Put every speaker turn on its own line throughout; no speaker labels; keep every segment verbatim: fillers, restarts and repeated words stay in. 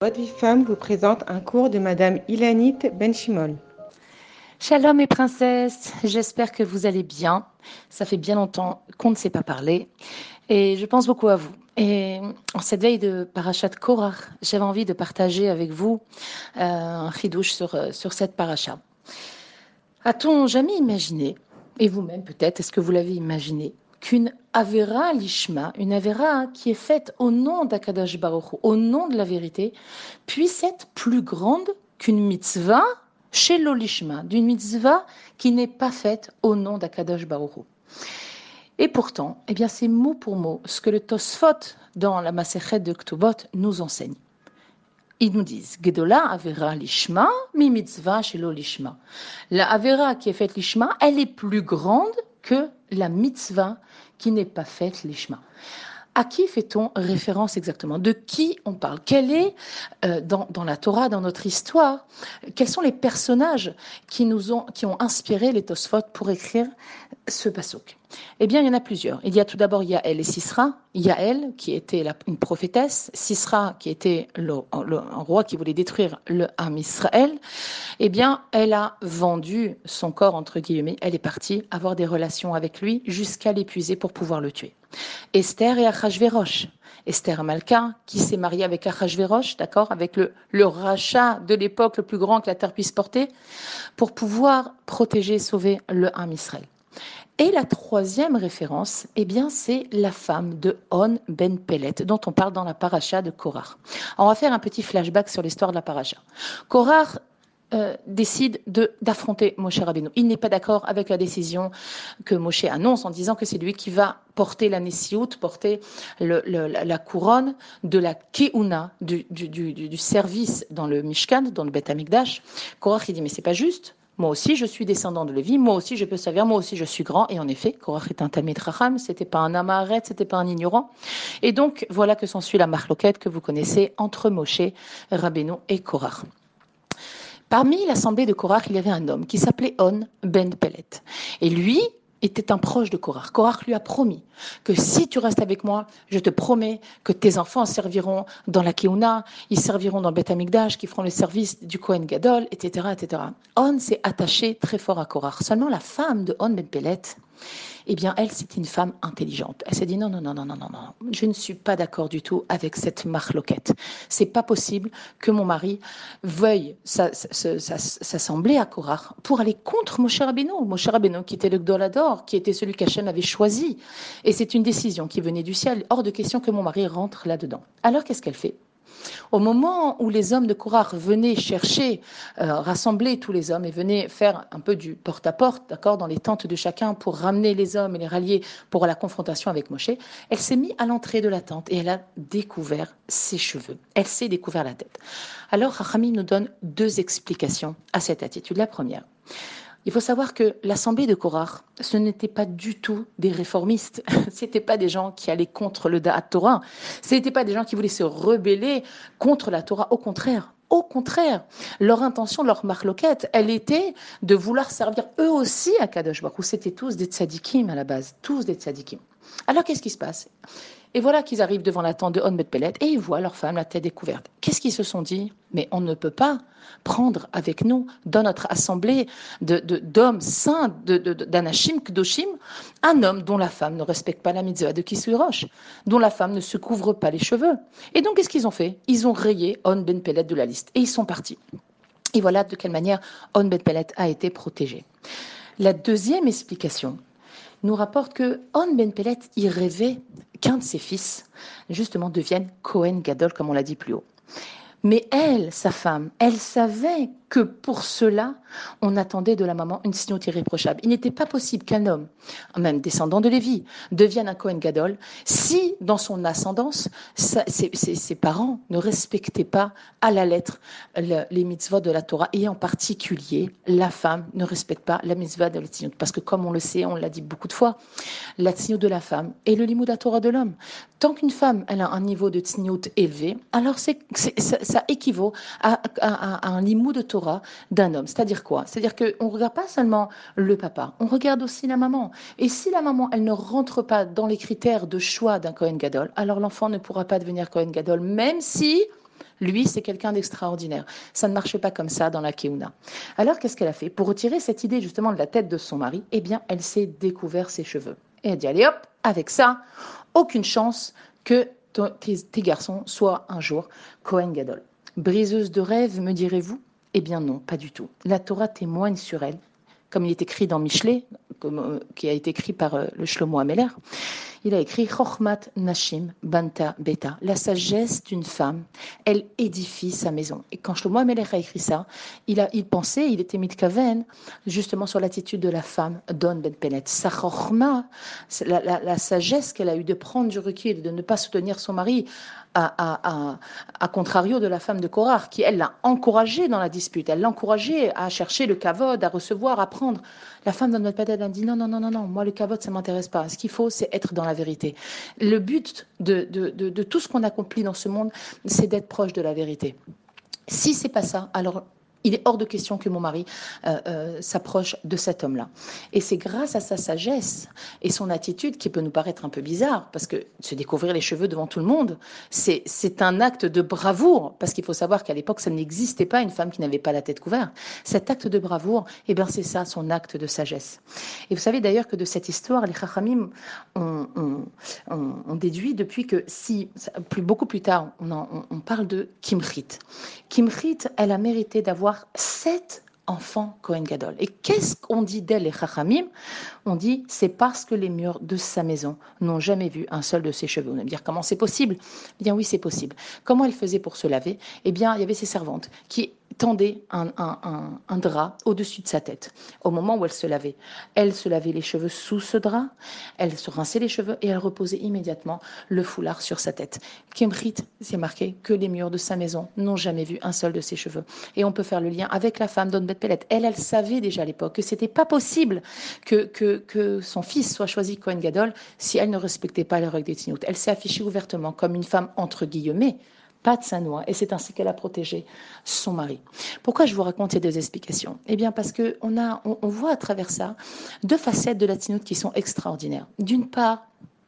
Votre vie femme vous présente un cours de Madame Ilanit Benchimol.
Shalom mes princesses, j'espère que vous allez bien. Ça fait bien longtemps qu'on ne s'est pas parlé et je pense beaucoup à vous. Et en cette veille de Parashat Korach, j'avais envie de partager avec vous euh, un chidouche sur, euh, sur cette paracha. A-t-on jamais imaginé, et vous-même peut-être, est-ce que vous l'avez imaginé, qu'une Avera Lishma, une Avera qui est faite au nom d'Akadosh Baruch Hu, au nom de la vérité, puisse être plus grande qu'une mitzvah chez l'Olishma, d'une mitzvah qui n'est pas faite au nom d'Akadosh Baruch Hu. Et pourtant, eh bien, c'est mot pour mot ce que le Tosfot dans la Masechet de Ktubot nous enseigne. Ils nous disent Gedola Avera Lishma, mi mitzvah shelo Lishma. La Avera qui est faite Lishma, elle est plus grande que la mitzvah qui n'est pas faite Lishma. À qui fait-on référence exactement? De qui on parle? Quel est, euh, dans, dans la Torah, dans notre histoire, quels sont les personnages qui nous ont, qui ont inspiré les Tosfot pour écrire ce pasuk? Eh bien, il y en a plusieurs. Il y a tout d'abord Yaël et Sisra. Yaël, qui était la, une prophétesse, Sisra, qui était le, le, un roi qui voulait détruire le Ham Israël. Eh bien, elle a vendu son corps, entre guillemets, elle est partie avoir des relations avec lui jusqu'à l'épuiser pour pouvoir le tuer. Esther et Achashverosh. Esther Malka, qui s'est mariée avec Achashverosh, d'accord, avec le, le rachat de l'époque le plus grand que la terre puisse porter, pour pouvoir protéger et sauver le Ham Israël. Et la troisième référence, eh bien, c'est la femme de On ben Pellet, dont on parle dans la paracha de Korach. Alors, on va faire un petit flashback sur l'histoire de la paracha. Korach euh, décide de, d'affronter Moshe Rabbeinu. Il n'est pas d'accord avec la décision que Moshe annonce en disant que c'est lui qui va porter la Nessiout, porter le, le, la couronne de la Keuna, du, du, du, du service dans le Mishkan, dans le Beth Amikdash. Korach, il dit, mais c'est pas juste. Moi aussi, je suis descendant de Lévi. Moi aussi, je peux servir. Moi aussi, je suis grand. Et en effet, Korach est un Talmid Chacham. C'était pas un Amaharet, c'était pas un ignorant. Et donc, voilà que s'ensuit la marloquette que vous connaissez entre Moshe, Rabbeinu et Korach. Parmi l'assemblée de Korach, il y avait un homme qui s'appelait On ben Pellet. Et lui était un proche de Korach. Korach lui a promis que si tu restes avec moi, je te promets que tes enfants serviront dans la Keuna, ils serviront dans le Beth Amikdash, qui feront le service du Kohen Gadol, et cetera, et cetera. On s'est attaché très fort à Korach. Seulement la femme de On ben Pellet, eh bien, elle, c'était une femme intelligente. Elle s'est dit non, non, non, non, non, non, non, je ne suis pas d'accord du tout avec cette marloquette. C'est pas possible que mon mari veuille s'assembler à Korach pour aller contre Moshe Rabbeinu. Moshe Rabbeinu, qui était le Gdolador, qui était celui qu'Hachem avait choisi. Et c'est une décision qui venait du ciel. Hors de question que mon mari rentre là-dedans. Alors, qu'est-ce qu'elle fait? Au moment où les hommes de Korach venaient chercher, euh, rassembler tous les hommes et venaient faire un peu du porte-à-porte, d'accord, dans les tentes de chacun pour ramener les hommes et les rallier pour la confrontation avec Moshe, elle s'est mise à l'entrée de la tente et elle a découvert ses cheveux. Elle s'est découvert la tête. Alors, Rachamim nous donne deux explications à cette attitude. La première, il faut savoir que l'assemblée de Korach, ce n'était pas du tout des réformistes. Ce n'étaient pas des gens qui allaient contre le Da'at Torah. Ce n'étaient pas des gens qui voulaient se rebeller contre la Torah. Au contraire, au contraire, leur intention, leur marloquette, elle était de vouloir servir eux aussi à Kadosh Baruch Hu. C'était tous des tzadikim à la base, tous des tzadikim. Alors qu'est-ce qui se passe? Et voilà qu'ils arrivent devant la tente de On ben Pellet et ils voient leur femme la tête découverte. Qu'est-ce qu'ils se sont dit? Mais on ne peut pas prendre avec nous, dans notre assemblée de, de, d'hommes saints, de, de, d'anashim, kdoshim, un homme dont la femme ne respecte pas la mitzvah de Kisui Rosh, dont la femme ne se couvre pas les cheveux. Et donc, qu'est-ce qu'ils ont fait? Ils ont rayé On ben Pellet de la liste et ils sont partis. Et voilà de quelle manière On ben Pellet a été protégé. La deuxième explication nous rapporte que On ben Pellet y rêvait qu'un de ses fils, justement, devienne Kohen Gadol, comme on l'a dit plus haut. Mais elle, sa femme, elle savait que pour cela, on attendait de la maman une signote irréprochable. Il n'était pas possible qu'un homme, même descendant de Lévi, devienne un Kohen Gadol si, dans son ascendance, sa, ses, ses, ses parents ne respectaient pas à la lettre le, les mitzvot de la Torah, et en particulier, la femme ne respecte pas la mitzvah de la tzniut. Parce que, comme on le sait, on l'a dit beaucoup de fois, la tzniut de la femme est le limud Torah de l'homme. Tant qu'une femme elle a un niveau de tzniut élevé, alors c'est, c'est, ça, ça équivaut à, à, à un limud de Torah d'un homme. C'est-à-dire quoi? C'est-à-dire qu'on ne regarde pas seulement le papa, on regarde aussi la maman. Et si la maman, elle ne rentre pas dans les critères de choix d'un Kohen Gadol, alors l'enfant ne pourra pas devenir Kohen Gadol, même si Lui, c'est quelqu'un d'extraordinaire. Ça ne marche pas comme ça dans la Keuna. Alors, qu'est-ce qu'elle a fait? Pour retirer cette idée justement de la tête de son mari, eh bien, elle s'est découvert ses cheveux. Et elle dit, allez hop, avec ça, aucune chance que tes, tes garçons soient un jour Kohen Gadol. Briseuse de rêve, me direz-vous? Eh bien non, pas du tout. La Torah témoigne sur elle, comme il est écrit dans Michelet, comme, euh, qui a été écrit par euh, le Shlomo Ameler. Il a écrit Chochmat Nashim Banta Beta, la sagesse d'une femme, elle édifie sa maison. Et quand Shlomo Ameler a écrit ça, il, a, il pensait, il était mitkaven, justement sur l'attitude de la femme, Don Ben Pelet. Sa Chochma, la, la, la sagesse qu'elle a eue de prendre du recul, de ne pas soutenir son mari, à, à, à, à contrario de la femme de Korah, qui elle l'a encouragée dans la dispute, elle l'a encouragée à chercher le kavod, à recevoir, à prendre. La femme de notre Pélet a dit non, non, non, non, non, moi le kavod ça m'intéresse pas. Ce qu'il faut c'est être dans la vérité. Le but de, de, de, de tout ce qu'on accomplit dans ce monde, c'est d'être proche de la vérité. Si c'est pas ça, alors il est hors de question que mon mari euh, euh, s'approche de cet homme-là. Et c'est grâce à sa sagesse et son attitude qui peut nous paraître un peu bizarre, parce que se découvrir les cheveux devant tout le monde, c'est, c'est un acte de bravoure, parce qu'il faut savoir qu'à l'époque, ça n'existait pas une femme qui n'avait pas la tête couverte. Cet acte de bravoure, eh bien, c'est ça, son acte de sagesse. Et vous savez d'ailleurs que de cette histoire, les Chachamim ont, ont, ont, ont déduit depuis que si, plus, beaucoup plus tard, on, en, on, on parle de Kimchit. Kimchit, elle a mérité d'avoir sept enfants Kohen Gadol. Et qu'est-ce qu'on dit d'elle, les Chachamim? On dit, c'est parce que les murs de sa maison n'ont jamais vu un seul de ses cheveux. On va me dire, comment c'est possible? Eh bien oui, c'est possible. Comment elle faisait pour se laver? Eh bien, il y avait ses servantes qui tendaient un, un, un, un drap au-dessus de sa tête au moment où elle se lavait. Elle se lavait les cheveux sous ce drap, elle se rinçait les cheveux et elle reposait immédiatement le foulard sur sa tête. Kimrit, c'est marqué que les murs de sa maison n'ont jamais vu un seul de ses cheveux. Et on peut faire le lien avec la femme d'On Bet Pelet. Elle, elle savait déjà à l'époque que c'était pas possible que, que, que son fils soit choisi Kohen Gadol si elle ne respectait pas les règles des Tzniut. Elle s'est affichée ouvertement comme une femme entre guillemets, pas de sa noix, et c'est ainsi qu'elle a protégé son mari. Pourquoi je vous raconte ces deux explications? Eh bien parce qu'on a, on, on voit à travers ça deux facettes de la Tzniut qui sont extraordinaires. D'une part,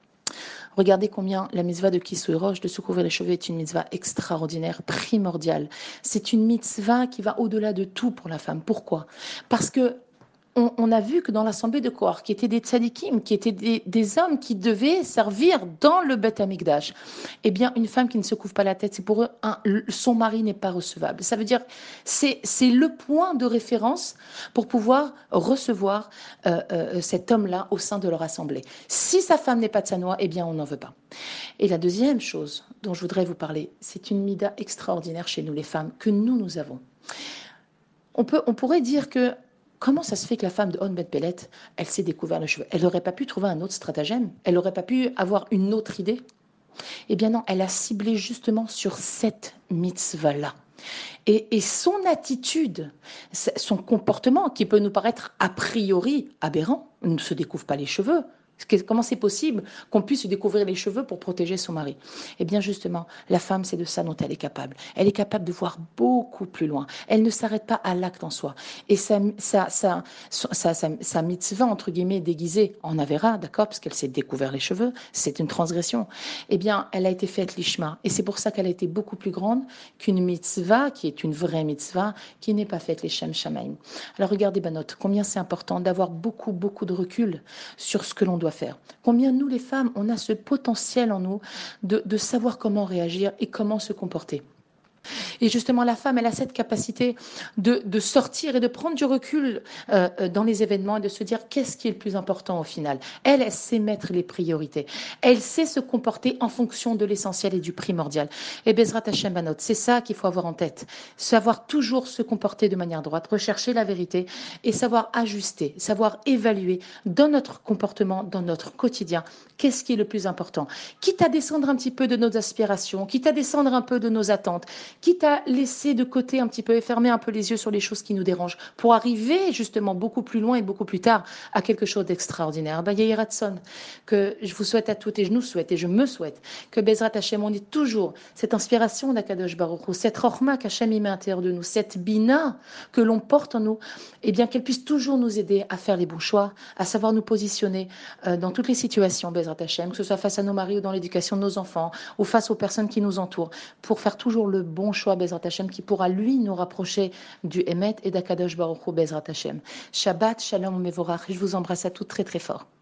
regardez combien la mitzvah de Kisui Roche, de se couvrir les cheveux, est une mitzvah extraordinaire, primordiale. C'est une mitzvah qui va au-delà de tout pour la femme. Pourquoi? Parce que On, on a vu que dans l'assemblée de Korah, qui étaient des tzadikim, qui étaient des, des hommes qui devaient servir dans le Beth Amikdash, eh bien, une femme qui ne se couvre pas la tête, c'est pour eux, un, son mari n'est pas recevable. Ça veut dire, c'est, c'est le point de référence pour pouvoir recevoir euh, euh, cet homme-là au sein de leur assemblée. Si sa femme n'est pas de sa noix, eh bien, on n'en veut pas. Et la deuxième chose dont je voudrais vous parler, c'est une mida extraordinaire chez nous, les femmes, que nous, nous avons. On, peut, on pourrait dire que comment ça se fait que la femme de On Bet Pelet, elle s'est découvert le cheveu? Elle n'aurait pas pu trouver un autre stratagème? Elle n'aurait pas pu avoir une autre idée? Eh bien non, elle a ciblé justement sur cette mitzvah-là. Et, et son attitude, son comportement, qui peut nous paraître a priori aberrant, on ne se découvre pas les cheveux. Comment c'est possible qu'on puisse se découvrir les cheveux pour protéger son mari? Eh bien justement, la femme, c'est de ça dont elle est capable. Elle est capable de voir beaucoup plus loin. Elle ne s'arrête pas à l'acte en soi. Et sa, sa, sa, sa, sa, sa mitzvah, entre guillemets, déguisée en Avera, d'accord, parce qu'elle s'est découvert les cheveux, c'est une transgression. Eh bien, elle a été faite lishma. Et c'est pour ça qu'elle a été beaucoup plus grande qu'une mitzvah, qui est une vraie mitzvah, qui n'est pas faite les shem shamaim. Alors regardez, Banot, combien c'est important d'avoir beaucoup, beaucoup de recul sur ce que l'on doit faire. Combien nous, les femmes, on a ce potentiel en nous de, de savoir comment réagir et comment se comporter. Et justement, la femme, elle a cette capacité de, de sortir et de prendre du recul euh, dans les événements et de se dire qu'est-ce qui est le plus important au final. Elle, elle sait mettre les priorités. Elle sait se comporter en fonction de l'essentiel et du primordial. Et Bezrat Hashem Banot, c'est ça qu'il faut avoir en tête. Savoir toujours se comporter de manière droite, rechercher la vérité et savoir ajuster, savoir évaluer dans notre comportement, dans notre quotidien, qu'est-ce qui est le plus important. Quitte à descendre un petit peu de nos aspirations, quitte à descendre un peu de nos attentes, quitte à laisser de côté un petit peu et fermer un peu les yeux sur les choses qui nous dérangent pour arriver justement beaucoup plus loin et beaucoup plus tard à quelque chose d'extraordinaire. Bah, Yehi Ratson, que je vous souhaite à toutes et je nous souhaite et je me souhaite que Bezrat Hashem, on ait toujours cette inspiration d'Akadosh Baruch Hu, cette Rochma qu'Hachem y met à l'intérieur de nous, cette Bina que l'on porte en nous, et bien qu'elle puisse toujours nous aider à faire les bons choix, à savoir nous positionner euh, dans toutes les situations, Bezrat Hashem, que ce soit face à nos maris ou dans l'éducation de nos enfants, ou face aux personnes qui nous entourent, pour faire toujours le bon choix, Bezrat Hashem, qui pourra lui nous rapprocher du Emet et d'Akadosh Baruch Hu, Bezrat Hashem. Shabbat, Shalom, Mevorach, je vous embrasse à toutes très très fort.